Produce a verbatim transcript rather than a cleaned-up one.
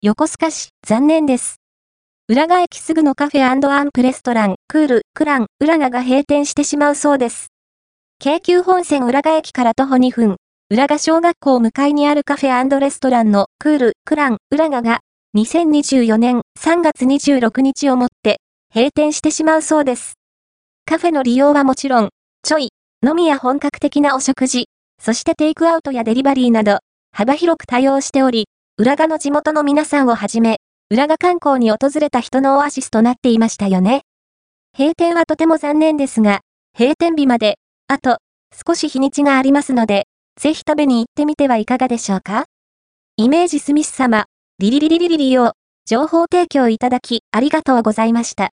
横須賀市、残念です。浦賀駅すぐのカフェ&アンプレストラン、クール、クラン、浦賀が閉店してしまうそうです。京急本線浦賀駅から徒歩にふん、浦賀小学校向かいにあるカフェ&レストランのクール、クラン、浦賀が、にせんにじゅうよねんさんがつにじゅうろくにちをもって、閉店してしまうそうです。カフェの利用はもちろん、ちょい、飲みや本格的なお食事、そしてテイクアウトやデリバリーなど、幅広く対応しており、浦賀の地元の皆さんをはじめ、浦賀観光に訪れた人のオアシスとなっていましたよね。閉店はとても残念ですが、閉店日まで、あと、少し日にちがありますので、ぜひ食べに行ってみてはいかがでしょうか。イメージスミス様、リリリリリリリを、情報提供いただきありがとうございました。